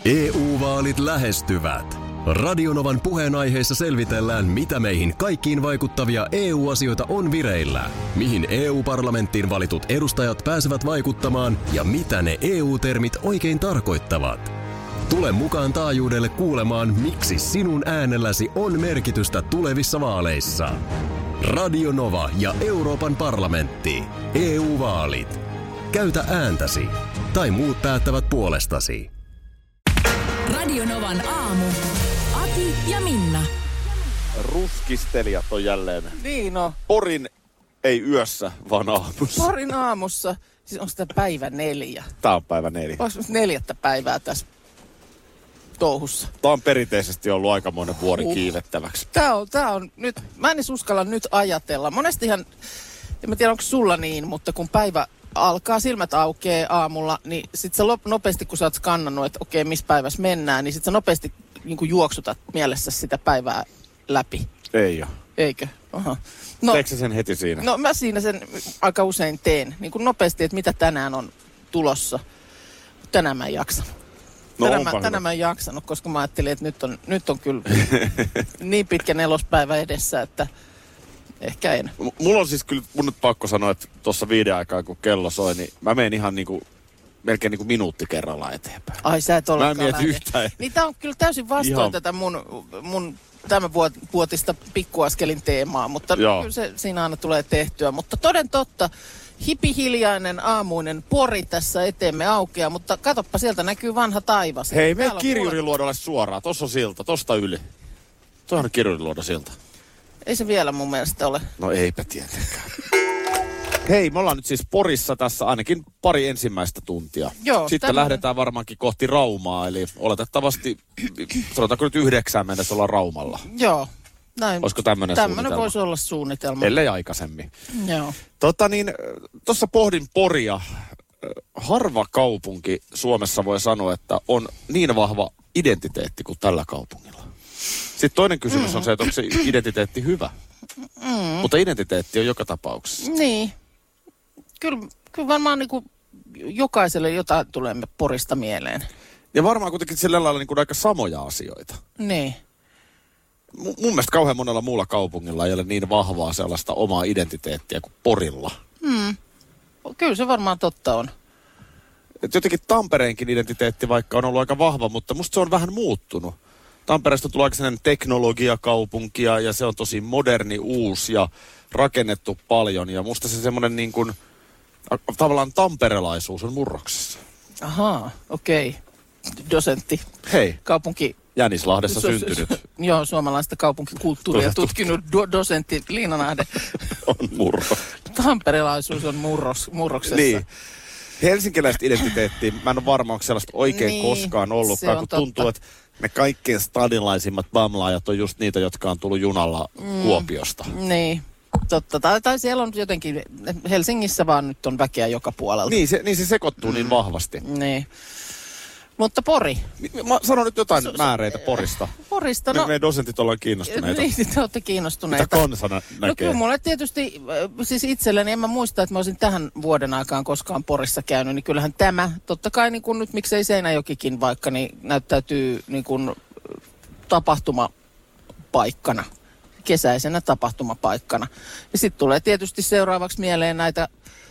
EU-vaalit lähestyvät. Radionovan puheenaiheessa selvitellään, mitä meihin kaikkiin vaikuttavia EU-asioita on vireillä, mihin EU-parlamenttiin valitut edustajat pääsevät vaikuttamaan ja mitä ne EU-termit oikein tarkoittavat. Tule mukaan taajuudelle kuulemaan, miksi sinun äänelläsi on merkitystä tulevissa vaaleissa. Radio Nova ja Euroopan parlamentti. EU-vaalit. Käytä ääntäsi. Tai muut päättävät puolestasi. Radio Novan aamu. Ati ja Minna. Ruskistelijat on jälleen. Niin on. Porin ei yössä, vaan aamussa. Porin aamussa. Siis on sitä päivä 4. Tää on päivä 4. Olisi 4. päivää tässä touhussa. Tää on perinteisesti ollut aikamoinen vuori kiivettäväksi. Tää on nyt, mä en edes uskalla nyt ajatella. Monestihan, en mä tiedä onko sulla niin, mutta kun päivä alkaa, silmät aukeaa aamulla, niin sit sä nopeasti, kun sä oot skannannut, että okei, missä päivässä mennään, niin sit sä nopeasti niin kuin juoksutat mielessä sitä päivää läpi. Ei oo. Eikö? Aha. No, teekö sä sen heti siinä? No mä siinä sen aika usein teen. Niin kuin nopeasti, että mitä tänään on tulossa. Tänään mä en jaksanut. Tänään mä en jaksanut, koska mä ajattelin, että nyt on kyllä niin pitkä 4. päivä edessä, että ehkä en. Mulla on siis kyllä, mun nyt pakko sanoa, että tuossa 5 aikaa kun kello soi, niin mä menen ihan niinku melkein niinku minuutti kerrallaan eteenpäin. Ai sä et ollenkaan mä en mieti yhtään. Niin tää on kyllä täysin vastoin tätä mun tämänvuotista pikkuaskelin teemaa, mutta kyllä se siinä aina tulee tehtyä. Mutta toden totta, hipihiljainen aamuinen Pori tässä eteemme aukeaa, mutta katoppa, sieltä näkyy vanha taivas. Hei, mene Kirjuriluodolle suoraan, tossa on silta, tosta yli. Tuohan on Kirjuriluodon silta. Ei se vielä mun mielestä ole. No eipä tietenkään. Hei, me ollaan nyt siis Porissa tässä ainakin pari ensimmäistä tuntia. Joo, sitten lähdetään varmaankin kohti Raumaa, eli oletettavasti, sanotaanko nyt 9 mennessä ollaan Raumalla. Joo. Näin. Olisiko tämmöinen suunnitelma? Tämmöinen voisi olla suunnitelma. Ellei aikaisemmin. Joo. Tuossa pohdin Poria. Harva kaupunki Suomessa voi sanoa, että on niin vahva identiteetti kuin tällä kaupungilla. Sitten toinen kysymys on se, että onko se identiteetti hyvä. Mutta identiteetti on joka tapauksessa. Niin. Kyllä varmaan niin kuin jokaiselle jotain tulee Porista mieleen. Ja varmaan kuitenkin sillä lailla niin kuin aika samoja asioita. Niin. Mun mielestä kauhean monella muulla kaupungilla ei ole niin vahvaa sellaista omaa identiteettiä kuin Porilla. Kyllä se varmaan totta on. Et jotenkin Tampereenkin identiteetti vaikka on ollut aika vahva, mutta musta se on vähän muuttunut. Tampereesta tulee aika sellainen teknologiakaupunki ja se on tosi moderni, uusi ja rakennettu paljon. Ja musta se semmoinen niin kuin, tavallaan tamperelaisuus on murroksessa. Ahaa, okei. Dosentti. Hei. Kaupunki... Jänislahdessa syntynyt. Joo, suomalaista kaupunkikulttuuria tutkinut dosentti Liinanahde. On murro. Tamperelaisuus on murroksessa. Niin. Helsinkiläistä identiteettiä, mä en ole varma, onko sellaista oikein koskaan ollutkaan, kun tuntuu, että ne kaikkein stadinlaisimmat bamlaajat on just niitä, jotka on tullut junalla Kuopiosta. Niin, totta. Tai siellä on jotenkin, Helsingissä vaan nyt on väkeä joka puolelta. Niin se sekoittuu niin vahvasti. Niin. Mutta Pori. Mä sanon nyt jotain määreitä Porista. Porista, meidän dosentit ollaan kiinnostuneita. Niin, te olette kiinnostuneita. Mitä kansana näkee? No kyllä mulle tietysti, siis itselleni en mä muista, että mä olisin tähän vuoden aikaan koskaan Porissa käynyt, niin kyllähän tämä, totta kai niin kuin nyt miksei Seinäjokikin vaikka, niin näyttäytyy niin kuin tapahtumapaikkana, kesäisenä tapahtumapaikkana. Ja sitten tulee tietysti seuraavaksi mieleen näitä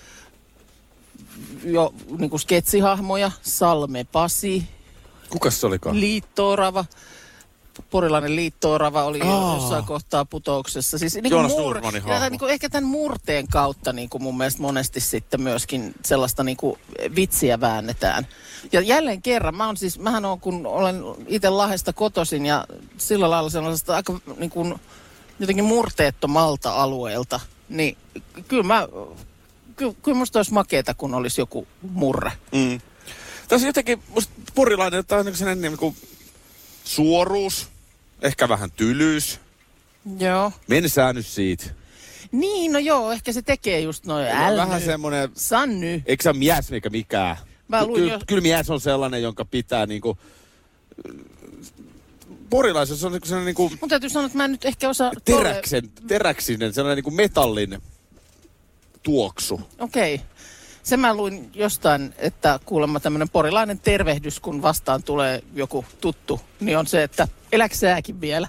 jo niin kuin sketsihahmoja, Salme Pasi. Kukas se olikaan? Liitto-orava. Porilainen Liitto-orava oli jossain kohtaa putouksessa. Siis niin Joonas Nordmanin hahmo. Niin ehkä tämän murteen kautta niin kuin mun mielestä monesti sitten myöskin sellaista niin kuin vitsiä väännetään. Ja jälleen kerran, mähän on, kun olen itse Lahdesta kotoisin ja sillä lailla sellaisesta aika niin kuin jotenkin murteettomalta alueelta, niin kyllä musta olisi makeeta, kun olisi joku murre. Tässä jotenkin musta porilainen, tämä on sellainen niin kuin suoruus, ehkä vähän tylyys. Joo. Mensää nyt siitä. Niin, no joo, ehkä se tekee just noin. Vähän semmoinen... Sanny. Eikö se ole mies eikä mikään? Kyllä mies on sellainen, jonka pitää niinku... Porilaisessa on sellainen niinku... Mun täytyy sanoa, että mä en nyt ehkä osaa... Teräksinen, sellainen niinku metallin tuoksu. Okei. Se mä luin jostain, että kuulemma tämmöinen porilainen tervehdys, kun vastaan tulee joku tuttu, niin on se, että eläks sääkin vielä?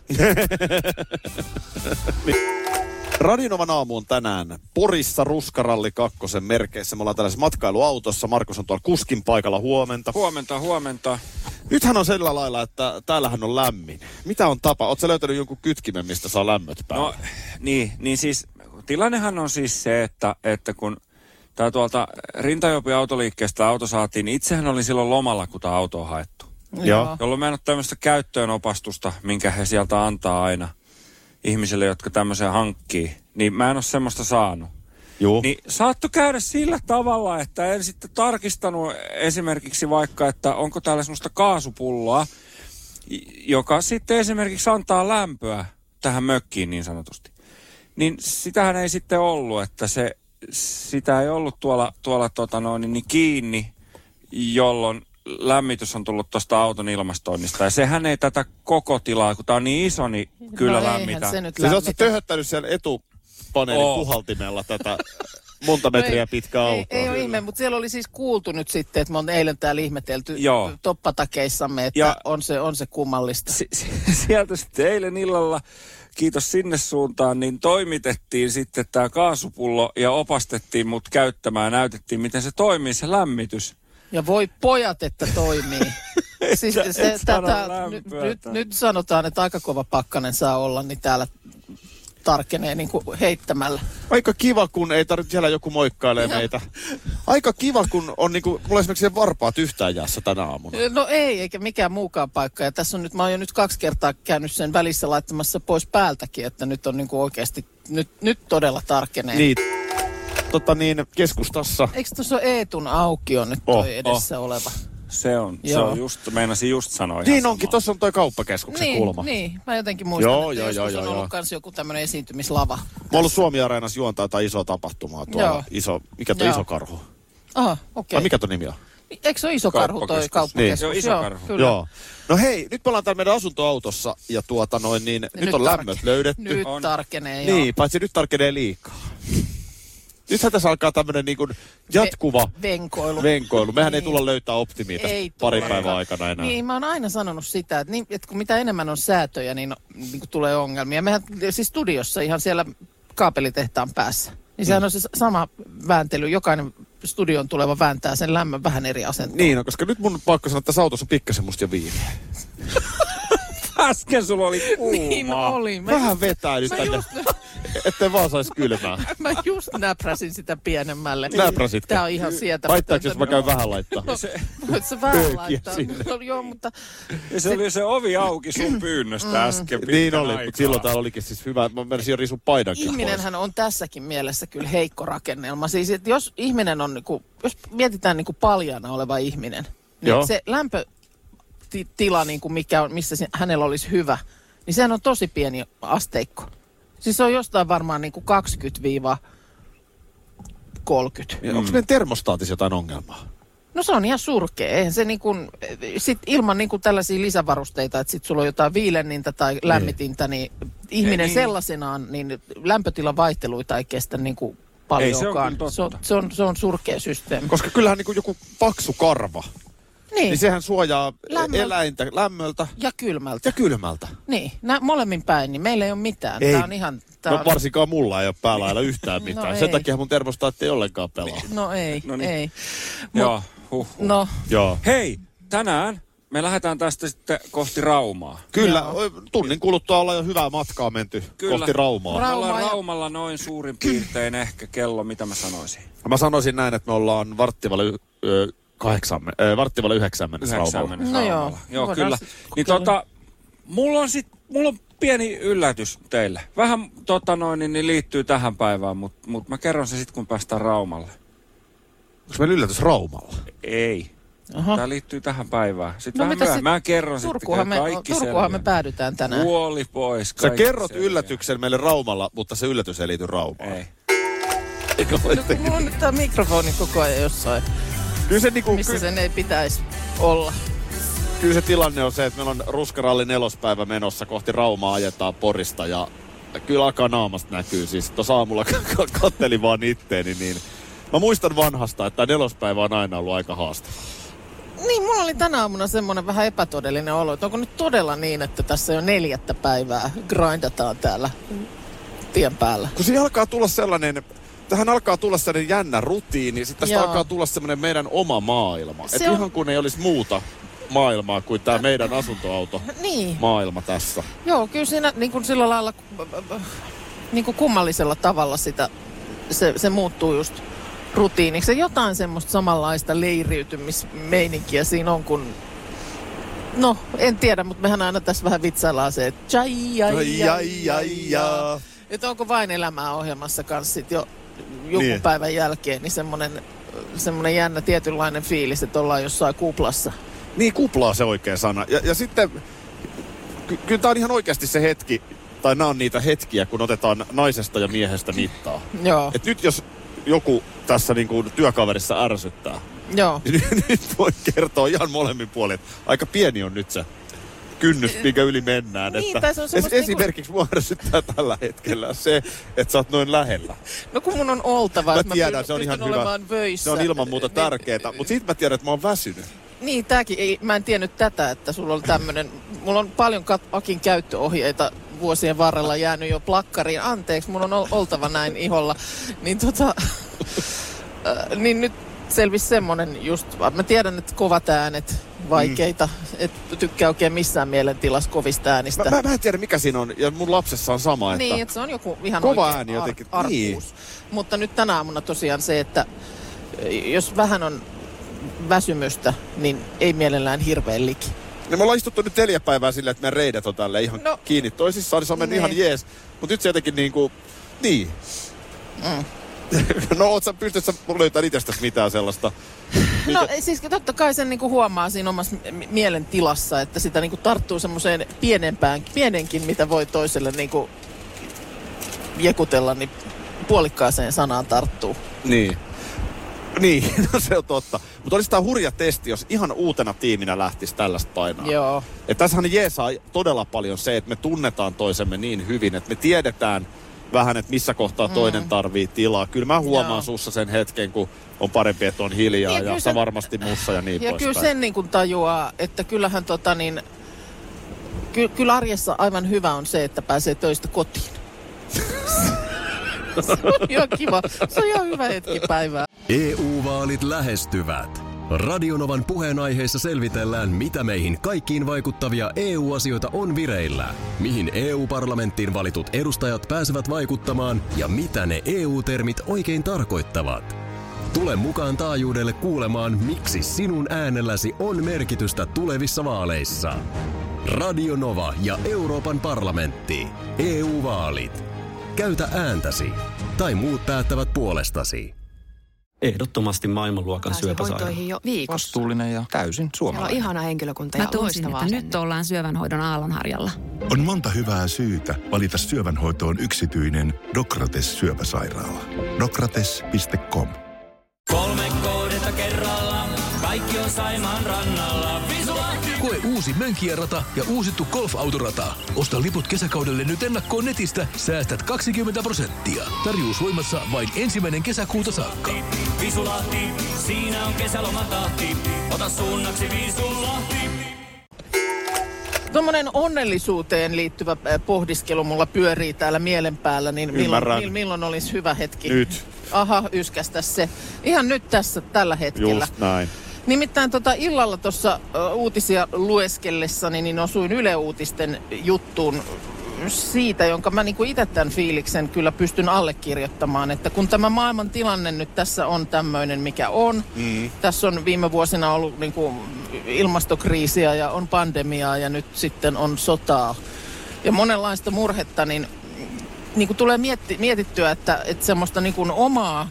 Radionovan aamu on tänään Porissa Ruskaralli 2 merkeissä. Me ollaan tällaisessa matkailuautossa. Markus on tuolla kuskin paikalla. Huomenta. Huomenta. Nythän on sillä lailla, että täällähän on lämmin. Mitä on tapa? Ootko sä löytänyt jonkun kytkimen, mistä saa lämmöt päälle? No niin siis tilannehan on siis se, että kun tää tuolta Rintajopin autoliikkeestä auto saatiin, niin itsehän olin silloin lomalla, kun tää auto on haettu. Joo. Jolloin mä en ole tämmöistä käyttöönopastusta, minkä he sieltä antaa aina ihmisille, jotka tämmöisen hankkii. Niin mä en ole semmoista saanut. Joo. Niin saattoi käydä sillä tavalla, että en sitten tarkistanut esimerkiksi vaikka, että onko täällä semmoista kaasupulloa, joka sitten esimerkiksi antaa lämpöä tähän mökkiin niin sanotusti. Niin sitähän ei sitten ollut, että sitä ei ollut tuolla niin kiinni, jolloin lämmitys on tullut tuosta auton ilmastoinnista. Ja sehän ei tätä koko tilaa, kun tää on niin iso, niin kyllä lämmitä. Se nyt siis ootko töhöttänyt siellä etupaneelin puhaltimella tätä monta metriä pitkää autoa? Ei ole ihme, mutta siellä oli siis kuultu nyt sitten, että me on eilen täällä ihmetelty toppatakeissamme, että on se kummallista. Sieltä sitten eilen illalla, kiitos sinne suuntaan, niin toimitettiin sitten tämä kaasupullo ja opastettiin mut käyttämään, näytettiin miten se toimii, se lämmitys. Ja voi pojat, että toimii. Siis nyt sanotaan, että aika kova pakkanen saa olla, niin täällä tarkenee niin kuin heittämällä. Aika kiva, kun ei tarvitse siellä joku moikkailee meitä. Aika kiva, kun on niinku, mulla esimerkiksi varpaat yhtään jäässä tänä aamuna. No ei, eikä mikään muukaan paikka. Ja tässä on nyt, mä oon jo nyt 2 kertaa käynyt sen välissä laittamassa pois päältäkin, että nyt on niinku oikeasti, nyt todella tarkenee. Niin, keskustassa. Eikö tuossa Eetun aukio nyt toi edessä oleva? Se on just, meinasin just sanoa. Niin onkin, tuossa on toi kauppakeskuksen kulma. Niin, mä jotenkin muistan, että joskus on ollut kans joku tämmönen esiintymislava. Mä oon ollut Suomi-areenassa juontaa tai isoa tapahtumaa tuolla. Mikä toi Iso Karhu? Aha, okei. Mikä toi nimi on? Eikö se ole Iso Karhu toi kauppakeskus? Niin. Iso Karhu. Kyllä. Joo. No hei, nyt me ollaan täällä meidän asuntoautossa ja nyt on lämmöt löydetty. Nyt tarkenee, joo. Niin, paitsi nyt tarkenee liikaa. Nythän tässä alkaa tämmönen niin kuin jatkuva venkoilu. Mehän ei tulla löytää optimia tästä pari päivän aikana enää. Niin, mä oon aina sanonut sitä, että kun mitä enemmän on säätöjä, niin tulee ongelmia. Mehän siis studiossa ihan siellä kaapelitehtaan päässä. Niin sehän on se sama vääntely. Jokainen studion tuleva vääntää sen lämmön vähän eri asentoon. Niin, no, koska nyt mun pakko sanoa, että tässä autossa on pikkasen musta viileä. Äsken sulla oli kuuma. Niin oli. Vähän vetää nyt tänne, ettei vaan saisi kylmää. Mä just näpräsin sitä pienemmälle. Näpräsitkö? Tää on ihan sietämätöntä. Haittaako, jos mä käyn vähän laittaa? Voit sä vähän laittaa. No, joo, mutta... Ja se oli se ovi auki sun pyynnöstä äsken. Niin oli, mutta silloin täällä olikin siis hyvä. Mä menisin jo risun paidankin Ihminenhän on tässäkin mielessä kyllä heikko rakennelma. Siis, että jos ihminen on, jos mietitään paljaana oleva ihminen, niin se lämpötila, missä hänellä olisi hyvä, niin sehän on tosi pieni asteikko. Siis se on jostain varmaan 20-30. Onko meidän termostaatissa jotain ongelmaa? No se on ihan surkea. Eihän se sit ilman tällaisia lisävarusteita, että sit sulla on jotain viilennintä tai lämmitintä, niin ihminen sellaisenaan, niin lämpötilan vaihteluita ei kestä paljonkaan. Se on surkea systeemi. Koska kyllähän joku paksu karva, niin sehän suojaa eläintä lämmöltä. Ja kylmältä. Niin, molemmin päin, niin meillä ei ole mitään. Ei. Tää on ihan... varsinkaan mulla ei ole päällä yhtään mitään. No sen takia mun termostaatti ei ollenkaan pelaa. No ei, ei. Joo, No. Joo. Hei, tänään me lähdetään tästä sitten kohti Raumaa. Kyllä, tunnin kuluttua ollaan jo hyvää matkaa menty kohti Raumaa. Me ollaan Raumalla noin suurin piirtein ehkä kello, mitä mä sanoisin. Mä sanoisin näin, että me ollaan varttivalle 9 mennessä Raumalla. No joo, kyllä. Niin mulla on pieni yllätys teille. Vähän niin liittyy tähän päivään, mutta mä kerron se sitten, kun päästään Raumalle. Onko meillä yllätys Raumalla? Ei. Aha. Tämä liittyy tähän päivään. Sitten vähän mä kerron Turkuhan me päädytään tänään. Huoli pois. Sä kerrot yllätyksen meille Raumalla, mutta se yllätys ei liity Raumaan. Ei. Mulla on nyt tää mikrofoni koko ajan jossain, missä sen ei pitäisi olla. Kyllä se tilanne on se, että meillä on Ruskaralli 4. päivä menossa kohti Raumaa, ajetaan Porista ja kyllä alkaa naamasta näkyy. Siis tuossa aamulla kattelin vaan itteeni, niin Mä muistan vanhasta, että 4. päivä on aina ollut aika haastava. Niin, mulla oli tänä aamuna semmoinen vähän epätodellinen olo, että onko nyt todella niin, että tässä jo 4. päivää grindataan täällä tien päällä. Kun siinä alkaa tulla tähän alkaa tulla sellainen jännä rutiini, sitten tästä alkaa tulla semmoinen meidän oma maailma. Että ihan kun ei olisi muuta maailmaa kuin tämä meidän asuntoauto maailma tässä. Joo, kyllä siinä niin kuin sillä lailla niin kuin kummallisella tavalla se muuttuu just rutiiniksi. Jotain semmoista samanlaista leiriytymismeininkiä siinä on, kun no, en tiedä, mutta mehän aina tässä vähän vitsaillaan se, että että onko Vain elämää -ohjelmassa kanssa sit jo jonkun päivän jälkeen, niin semmoinen jännä tietynlainen fiilis, että ollaan jossain kuplassa. Niin, kuplaa se oikea sana. Ja sitten, kyllä tämä on ihan oikeasti se hetki, tai nämä on niitä hetkiä, kun otetaan naisesta ja miehestä mittaa. Joo. Et nyt jos joku tässä niin kuin työkaverissa ärsyttää, joo. Niin nyt voi kertoa ihan molemmin puolin, että aika pieni on nyt se kynnys, minkä yli mennään. Niin, että niinku esimerkiksi mua ärsyttää tällä hetkellä se, että sä oot noin lähellä. No kun mun on oltava, mä tiedän, se on ihan hyvä. Vöissä. Se on ilman muuta tärkeää, mutta siitä mä tiedän, että mä oon väsynyt. Niin, mä en tiennyt tätä, että sulla on tämmönen, mulla on paljon Akin käyttöohjeita vuosien varrella jäänyt jo plakkariin. Anteeksi, mulla on oltava näin iholla. Niin niin nyt selvisi semmonen just, mä tiedän, että kovat äänet, vaikeita, et tykkää oikein missään mielentilassa kovista äänistä. Mä en tiedä mikä siinä on, ja mun lapsessa on sama, että niin, että se on joku ihan kova oikein ääni jotenkin. arkuus. Niin. Mutta nyt tänä aamuna tosiaan se, että jos vähän on väsymystä, niin ei mielellään hirveän liki. No me ollaan istuttu nyt 4 päivää silleen, että meidän reidet on tälle ihan kiinni toisissaan, niin se on mennyt ihan jees. Mutta nyt se jotenkin niinku, niin. No pystyt sä löytämään itsestäsi mitään sellaista? No siis totta kai sen niinku huomaa siinä omassa mielentilassa, että sitä niinku tarttuu semmoiseen pienenkin, mitä voi toiselle niinku jekutella, niin puolikkaaseen sanaan tarttuu. Niin, no se on totta. Mutta olisi tämä hurja testi, jos ihan uutena tiiminä lähtisi tällaista painaa. Joo. Ja tässähän jeesaa todella paljon se, että me tunnetaan toisemme niin hyvin, että me tiedetään vähän, että missä kohtaa toinen tarvii tilaa. Kyllä mä huomaan sussa sen hetken, kun on parempi, että on hiljaa ja sä varmasti mussa ja niin ja poispäin. kyllä sen niin kuin tajuaa, että kyllähän kyllä arjessa aivan hyvä on se, että pääsee töistä kotiin. Se on ihan kiva. Se on ihan hyvä hetki päivää. EU-vaalit lähestyvät. Radionovan puheenaiheessa selvitellään, mitä meihin kaikkiin vaikuttavia EU-asioita on vireillä, mihin EU-parlamenttiin valitut edustajat pääsevät vaikuttamaan ja mitä ne EU-termit oikein tarkoittavat. Tule mukaan taajuudelle kuulemaan, miksi sinun äänelläsi on merkitystä tulevissa vaaleissa. Radio Nova ja Euroopan parlamentti. EU-vaalit. Käytä ääntäsi. Tai muut päättävät puolestasi. Ehdottomasti maailmanluokan syöpäsairaala. Hoitoihin jo viikossa. Vastuullinen ja täysin suomalainen. Ihana henkilökunta ja Mä tunsin, loistavaa että nyt ollaan syövänhoidon aallonharjalla. On monta hyvää syytä valita syövänhoitoon yksityinen Docrates syöpäsairaala. Docrates.com. 3 kohdetta kerralla, kaikki on Saimaan rannalla. Visulahti! Koe uusi Mönkijärata ja uusittu golfautorata. Osta liput kesäkaudelle nyt ennakkoon netistä, säästät 20%. Tarjous voimassa vain 1. kesäkuuta saakka. Visulahti, siinä on kesälomatahti. Ota suunnaksi Visulahti. Tuommoinen onnellisuuteen liittyvä pohdiskelu mulla pyörii täällä mielen päällä, niin milloin olisi hyvä hetki? Nyt. Aha, yskästä se. Ihan nyt tässä, tällä hetkellä. Just näin. Nimittäin illalla tuossa uutisia lueskellessani, niin osuin Yle Uutisten juttuun siitä, jonka mä niinku itse tämän fiiliksen kyllä pystyn allekirjoittamaan, että kun tämä maailman tilanne nyt tässä on tämmöinen, mikä on. Tässä on viime vuosina ollut niinku ilmastokriisiä ja on pandemiaa ja nyt sitten on sotaa ja monenlaista murhetta, niin kuin tulee mietittyä, että semmoista niin kuin omaa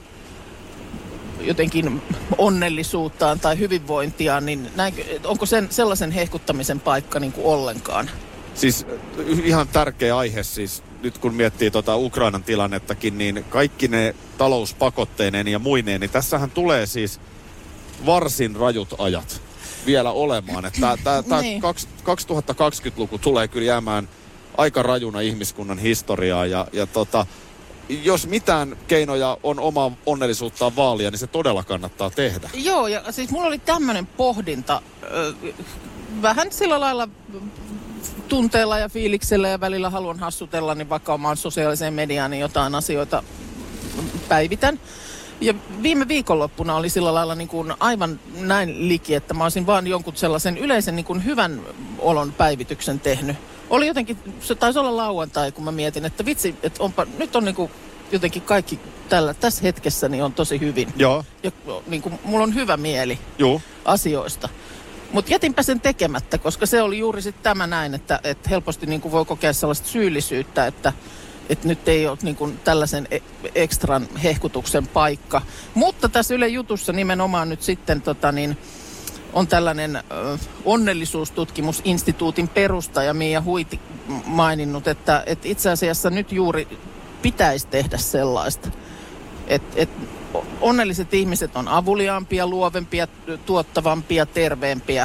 jotenkin onnellisuuttaan tai hyvinvointiaan, niin onko sellaisen hehkuttamisen paikka niin kuin ollenkaan? Siis ihan tärkeä aihe siis, nyt kun miettii Ukrainan tilannettakin, niin kaikki ne talouspakotteinen ja muineen, niin tässähän tulee siis varsin rajut ajat vielä olemaan. Että tämä niin. 2020-luku tulee kyllä jäämään aika rajuna ihmiskunnan historiaa ja jos mitään keinoja on omaa onnellisuuttaan vaalia, niin se todella kannattaa tehdä. Joo, ja siis mulla oli tämmöinen pohdinta, vähän sillä lailla tunteella ja fiiliksellä ja välillä haluan hassutella, niin vaikka omaan sosiaaliseen mediaan niin jotain asioita päivitän. Ja viime viikonloppuna oli sillä lailla niin kuin aivan näin liki, että mä olisin vaan jonkun sellaisen yleisen niin kuin hyvän olon päivityksen tehnyt. Oli jotenkin, se taisi olla lauantai, kun mä mietin, että vitsi, että nyt on niin kuin jotenkin kaikki tässä hetkessä niin on tosi hyvin. Joo. Ja niin kuin, mulla on hyvä mieli asioista. Mutta jätinpä sen tekemättä, koska se oli juuri sitten tämä näin, että helposti niin kuin voi kokea sellaista syyllisyyttä, että nyt ei ole niin kuin tällaisen ekstran hehkutuksen paikka. Mutta tässä Yle Jutussa nimenomaan nyt sitten on tällainen onnellisuustutkimusinstituutin perustaja Mia Huiti maininnut, että itse asiassa nyt juuri pitäisi tehdä sellaista, että onnelliset ihmiset on avuliaampia, luovempia, tuottavampia, terveempiä.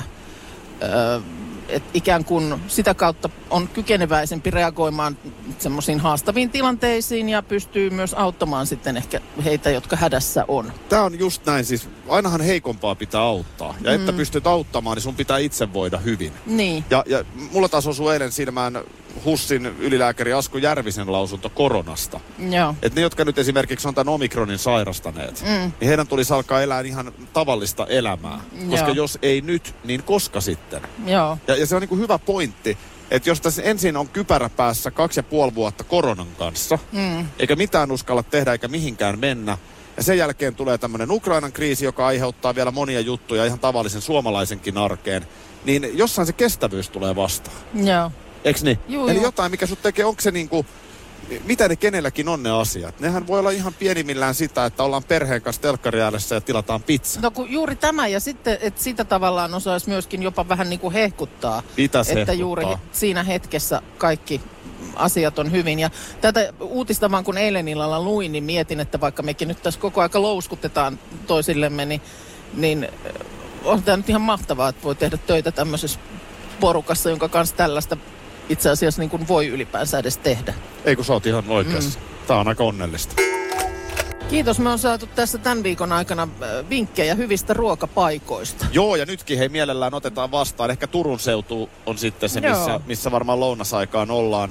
Että ikään kuin sitä kautta on kykeneväisempi reagoimaan semmoisiin haastaviin tilanteisiin ja pystyy myös auttamaan sitten ehkä heitä, jotka hädässä on. Tämä on just näin, siis ainahan heikompaa pitää auttaa. Ja että pystyt auttamaan, niin sun pitää itse voida hyvin. Niin. Ja mulla taas osui eilen silmään HUSin ylilääkäri Asko Järvisen lausunto koronasta. Joo. Että ne, jotka nyt esimerkiksi on tämän Omikronin sairastaneet, niin heidän tulisi alkaa elää ihan tavallista elämää. Koska jos ei nyt, niin koska sitten? Joo. Ja se on niin kuin hyvä pointti, että jos tässä ensin on kypärä päässä 2,5 vuotta koronan kanssa, eikä mitään uskalla tehdä eikä mihinkään mennä, ja sen jälkeen tulee tämmöinen Ukrainan kriisi, joka aiheuttaa vielä monia juttuja ihan tavallisen suomalaisenkin arkeen, niin jossain se kestävyys tulee vastaan. Joo. Eiks niin? Juu, eli jotain, mikä sut tekee, onko se niinku, mitä ne kenelläkin on ne asiat? Nehän voi olla ihan pienimmillään sitä, että ollaan perheen kanssa telkkari ääressä ja tilataan pizza. No kun juuri tämä ja sitten, että sitä tavallaan osaisi myöskin jopa vähän niin kuin hehkuttaa. Pitäisi että hehkuttaa. Juuri siinä hetkessä kaikki asiat on hyvin. Ja tätä uutista vaan kun eilen illalla luin, niin mietin, että vaikka mekin nyt tässä koko aika louskutetaan toisillemme, niin on tämä nyt ihan mahtavaa, että voi tehdä töitä tämmöisessä porukassa, jonka kanssa tällaista itse asiassa niin kuin voi ylipäänsä edes tehdä. Ei kun sä oot ihan oikeassa. Tää on aika onnellista. Kiitos, me on saatu tässä tämän viikon aikana vinkkejä hyvistä ruokapaikoista. Joo, ja nytkin hei mielellään otetaan vastaan. Ehkä Turun seutu on sitten se, missä varmaan lounasaikaan ollaan.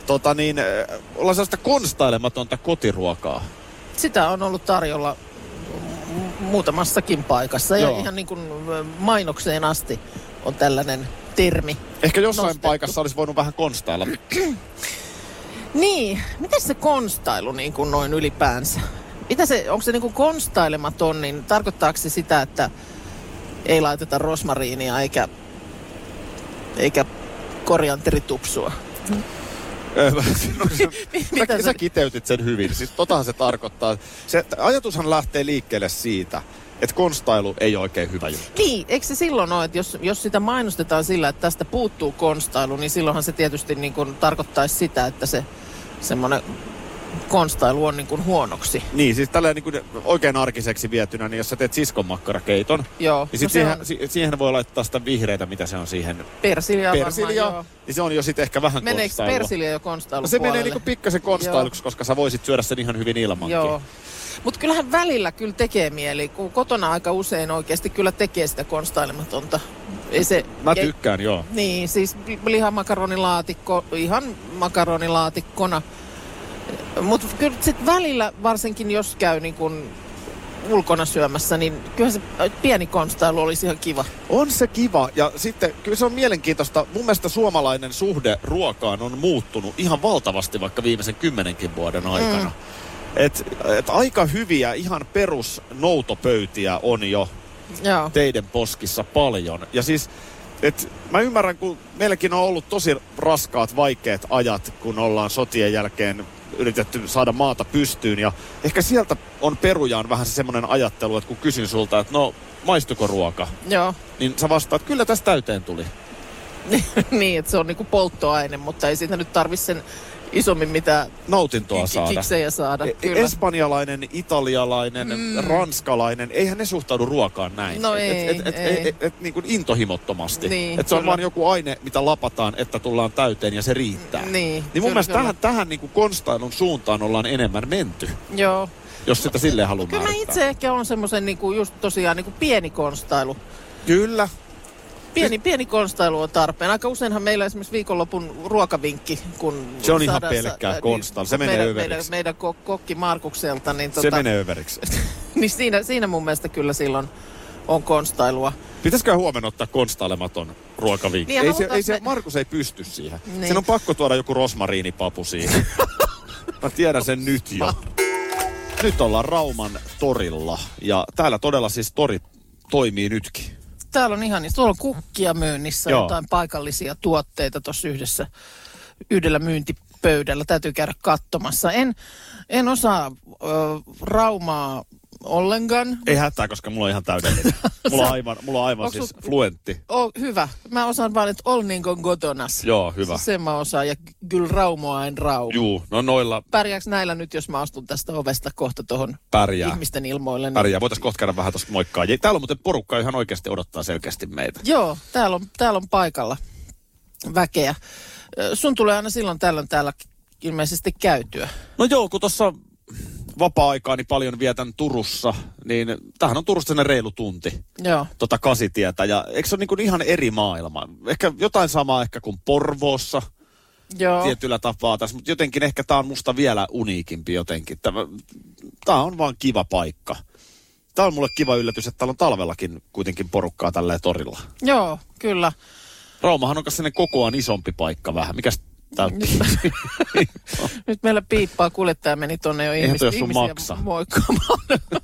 Ollaan sellaista konstailematonta kotiruokaa. Sitä on ollut tarjolla muutamassakin paikassa. Ja ihan niin kuin mainokseen asti on tällainen termi. Ehkä jossain paikassa olisi voinut vähän konstailla. Niin, miten se konstailu niin kuin noin ylipäänsä? Onko se niin kuin konstailematon, niin tarkoittaako se sitä, että ei laiteta rosmariinia eikä korianteritupsua? Sä kiteytit sen hyvin. Siis totahan se tarkoittaa. Se ajatushan lähtee liikkeelle siitä, että konstailu ei ole oikein hyvä juttu. Niin, eikö se silloin ole, että jos sitä mainostetaan sillä, että tästä puuttuu konstailu, niin silloinhan se tietysti niin kuin tarkoittaisi sitä, että se semmoinen konstailu on niin kuin huonoksi. Niin, siis tällainen niin kuin oikein arkiseksi vietynä, niin jos sä teet siskonmakkarakeiton, niin siihen voi laittaa sitä vihreitä, mitä se on siihen. Persiljaa, niin se on jo sitten ehkä vähän meneekö konstailua. Meneekö persilja jo konstailu se menee niin kuin pikkasen konstailuksi, koska sä voisit syödä sen ihan hyvin ilmankin. Joo. Mutta kyllähän välillä kyllä tekee mieli, kun kotona aika usein oikeasti kyllä tekee sitä konstailematonta. Mä tykkään, joo. Niin, siis lihamakaroniilaatikko, ihan makaronilaatikkona. Mutta kyllä sitten välillä, varsinkin jos käy niin kun ulkona syömässä, niin kyllä se pieni konstailu olisi ihan kiva. On se kiva, ja sitten kyllä se on mielenkiintoista. Mun mielestä suomalainen suhde ruokaan on muuttunut ihan valtavasti vaikka viimeisen 10 vuoden aikana. Et aika hyviä, ihan perusnoutopöytiä on jo teidän poskissa paljon. Ja siis, mä ymmärrän, kun meilläkin on ollut tosi raskaat, vaikeat ajat, kun ollaan sotien jälkeen yritetty saada maata pystyyn. Ja ehkä sieltä on perujaan vähän se semmoinen ajattelu, että kun kysyn sulta, että no, maistuko ruoka? Joo. Niin sä vastaat, kyllä tästä täyteen tuli. Niin, että se on niinku polttoaine, mutta ei siitä nyt tarvitse sen isommin mitä nautintoa saada. Kiksejä saada, kyllä. Espanjalainen, italialainen, ranskalainen, eihän ne suhtaudu ruokaan näin. No ei. Niin kuin intohimottomasti. Niin, että se on vaan joku aine, mitä lapataan, että tullaan täyteen ja se riittää. Niin mun mielestä tähän niin kuin konstailun suuntaan ollaan enemmän menty. Joo. Jos sitä silleen haluaa kyllä määrittää. Kyllä itse ehkä on semmoisen niinku just tosiaan niinku pieni konstailu. Kyllä. Pieni konstailu on tarpeen. Aika useinhan meillä esimerkiksi viikonlopun ruokavinkki, kun se on ihan pelkkää konstailu. Se menee överiksi. Meidän kokki Markukselta. Niin se menee överiksi. niin siinä mun mielestä kyllä silloin on konstailua. Pitäisikö huomenna ottaa konstailematon ruokavinkki? Niin, Markus ei pysty siihen. Niin. Sen on pakko tuoda joku rosmariinipapu siihen. Mä tiedän sen nyt jo. Nyt ollaan Rauman torilla ja täällä todella siis tori toimii nytkin. Täällä on ihan, tuolla on kukkia myynnissä, jotain paikallisia tuotteita tuossa yhdellä myyntipöydällä. Täytyy käydä katsomassa. En osaa Raumaa ollenkaan. Ei hätää, koska mulla on ihan täydellinen. Mulla on aivan siis fluentti. Hyvä. Mä osaan vaan, että ol niin kuin kotonas. Joo, hyvä. Sen mä osaan ja kyllä Raumoa en Rauma. Juu, no noilla. Pärjääks näillä nyt, jos mä astun tästä ovesta kohta tohon ihmisten ilmoille? Niin... Pärjää. Voitais kohta käydä vähän tosta moikkaa. Täällä on muuten porukka ihan oikeasti odottaa selkeästi meitä. Joo, täällä on paikalla väkeä. Sun tulee aina silloin tällöin täällä ilmeisesti käytyä. No joo, kun tossa vapaa-aikaani paljon vietän Turussa, niin tämähän on Turusta sellainen reilu tunti. Joo. Kasitietä. Ja eikö se ole niin kuin ihan eri maailma? Ehkä jotain samaa ehkä kuin Porvoossa. Joo. Tietyllä tapaa tässä, mutta jotenkin ehkä tämä on musta vielä uniikimpi jotenkin. Tämä on vaan kiva paikka. Tämä on mulle kiva yllätys, että täällä on talvellakin kuitenkin porukkaa tälleen torilla. Joo, kyllä. Raumahan on sellainen kokoaan isompi paikka vähän. Mikäs Nyt meillä piippaa, kuljettaja meni tonne jo ihmisiä moikkaamaan.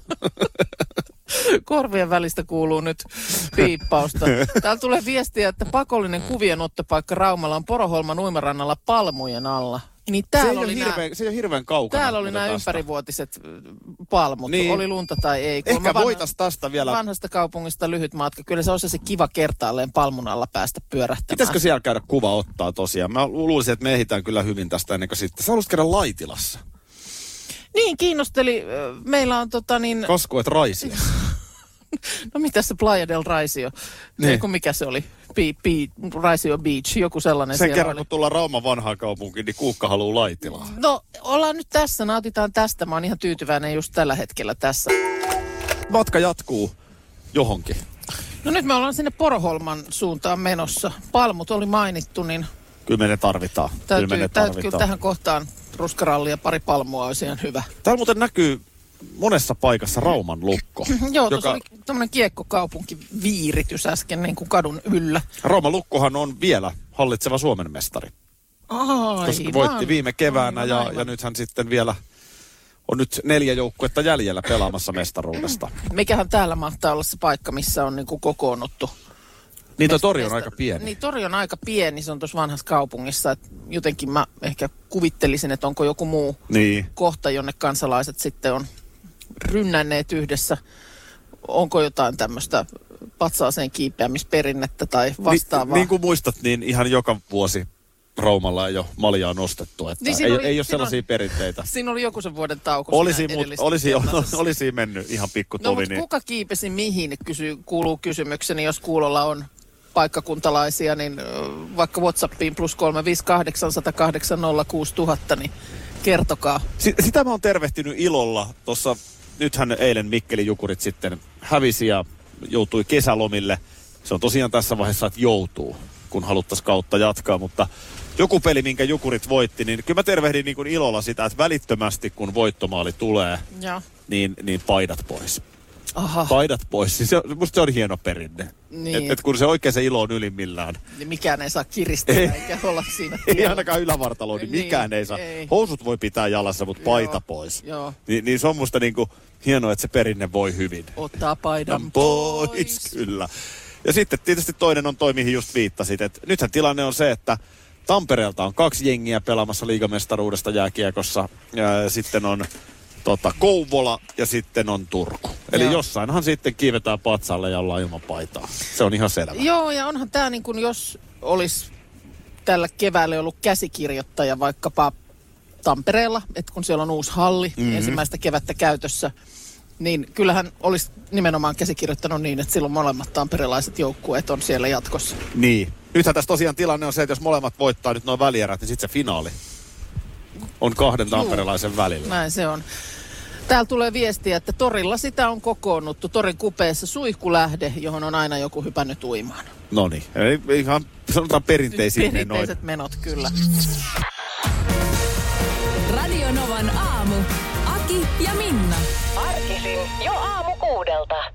Korvien välistä kuuluu nyt piippausta. Täällä tulee viestiä, että pakollinen kuvienottopaikka Raumalla on Poroholman uimarannalla palmujen alla. Niin se ei ole hirveän kaukana. Täällä oli nämä ympärivuotiset palmut. Niin. Oli lunta tai ei. Ehkä voitaisiin tästä vielä. Vanhasta kaupungista lyhyt matka. Kyllä se olisi se kiva kertaalleen palmun alla päästä pyörähtämään. Pitäisikö siellä käydä kuva ottaa tosiaan? Mä luulisin, että me ehditään kyllä hyvin tästä ennen kuin sitten. Sä haluaisit käydä Laitilassa. Niin, kiinnosteli. Meillä on Kaskuet Raisiassa. No mitäs se Playa del Raisio? Niin. Mikä se oli? Raisio Beach, joku sellainen. Sen kerran, kun tullaan Rauman vanhaan kaupunkiin, niin Kuukka haluaa Laitilaa. No, ollaan nyt tässä. Nautitaan tästä. Mä oon ihan tyytyväinen just tällä hetkellä tässä. Matka jatkuu johonkin. No nyt me ollaan sinne Poroholman suuntaan menossa. Palmut oli mainittu, niin... Kyllä me ne tarvitaan. Kyllä tähän kohtaan ruskaralli ja pari palmua olisi ihan hyvä. Täällä muuten näkyy monessa paikassa Rauman lukko. Joo, tuossa oli tämmöinen kiekkokaupunkiviiritys äsken niin kuin kadun yllä. Rauman lukkohan on vielä hallitseva Suomen mestari. Koska voitti viime keväänä ja nythän sitten vielä on nyt 4 joukkuetta jäljellä pelaamassa mestaruudesta. Mikähän täällä mahtaa olla se paikka, missä on niin kuin kokoonnuttu? Niin toi tori on aika pieni. Niin tori on aika pieni, se on tuossa vanhassa kaupungissa. Et jotenkin mä ehkä kuvittelisin, että onko joku muu kohta, jonne kansalaiset sitten on rynnänneet yhdessä. Onko jotain tämmöistä patsaaseen kiipeämisperinnettä tai vastaavaa? Niin kuin muistat, niin ihan joka vuosi Raumalla ei ole maljaa nostettu. Että niin ei ole sellaisia perinteitä. Siinä oli joku sen vuoden tauko. Olisi mennyt ihan pikku tovi. No mutta kuka kiipesi mihin, kuuluu kysymykseni, jos kuulolla on paikkakuntalaisia, niin vaikka WhatsAppiin +358 108 06000, niin kertokaa. Sitä mä oon tervehtinyt ilolla. Tuossa nythän eilen Mikkelin Jukurit sitten hävisi ja joutui kesälomille. Se on tosiaan tässä vaiheessa, että joutuu, kun haluttaisiin kautta jatkaa, mutta joku peli, minkä Jukurit voitti, niin kyllä mä tervehdin niin kuin ilolla sitä, että välittömästi kun voittomaali tulee, niin paidat pois. Aha. Paidat pois. Siis musta se on hieno perinne. Niin. Et kun se oikein se ilo on ylimmillään. Niin mikään ei saa kiristää eikä olla siinä. Ei ainakaan ylävartaloon, niin mikään ei saa. Ei. Housut voi pitää jalassa, mutta paita pois. Joo. Niin se on musta niinku hienoa, että se perinne voi hyvin. Ottaa paidan pois. Kyllä. Ja sitten tietysti toinen on toi, mihin just viittasit. Et nythän tilanne on se, että Tampereelta on 2 jengiä pelaamassa liigamestaruudesta jääkiekossa. Ja sitten on Kouvola ja sitten on Turku. Eli jossainhan sitten kiivetään patsalle ja ollaan ilman paitaa. Se on ihan selvä. Joo, ja onhan tämä niin kuin jos olisi tällä keväällä ollut käsikirjoittaja vaikkapa Tampereella, että kun siellä on uusi halli, ensimmäistä kevättä käytössä, niin kyllähän olisi nimenomaan käsikirjoittanut niin, että silloin molemmat tamperelaiset joukkueet on siellä jatkossa. Niin. Nythän tässä tosiaan tilanne on se, että jos molemmat voittaa nyt noin välierät, niin sitten se finaali on 2 tamperelaisen välillä. Näin se on. Täällä tulee viestiä, että torilla sitä on kokoonnuttu. Torin kupeessa suihkulähde, johon on aina joku hypännyt uimaan. Noniin. Ihan sanotaan perinteisiä perinteiset menot, kyllä. Radio Novan aamu. Aki ja Minna. Arkisin jo aamu 6:00.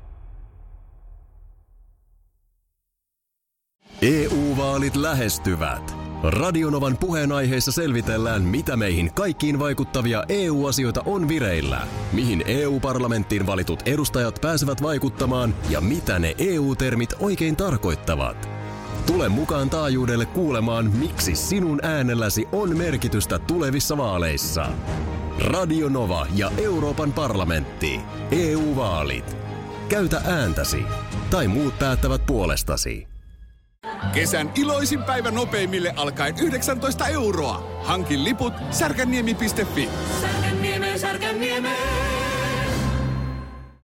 EU-vaalit lähestyvät. Radionovan puheenaiheessa selvitellään, mitä meihin kaikkiin vaikuttavia EU-asioita on vireillä, mihin EU-parlamenttiin valitut edustajat pääsevät vaikuttamaan ja mitä ne EU-termit oikein tarkoittavat. Tule mukaan taajuudelle kuulemaan, miksi sinun äänelläsi on merkitystä tulevissa vaaleissa. Radio Nova ja Euroopan parlamentti. EU-vaalit. Käytä ääntäsi. Tai muut päättävät puolestasi. Kesän iloisin päivä nopeimille alkaen 19 €. Hankin liput särkänniemi.fi. Särkänniemi.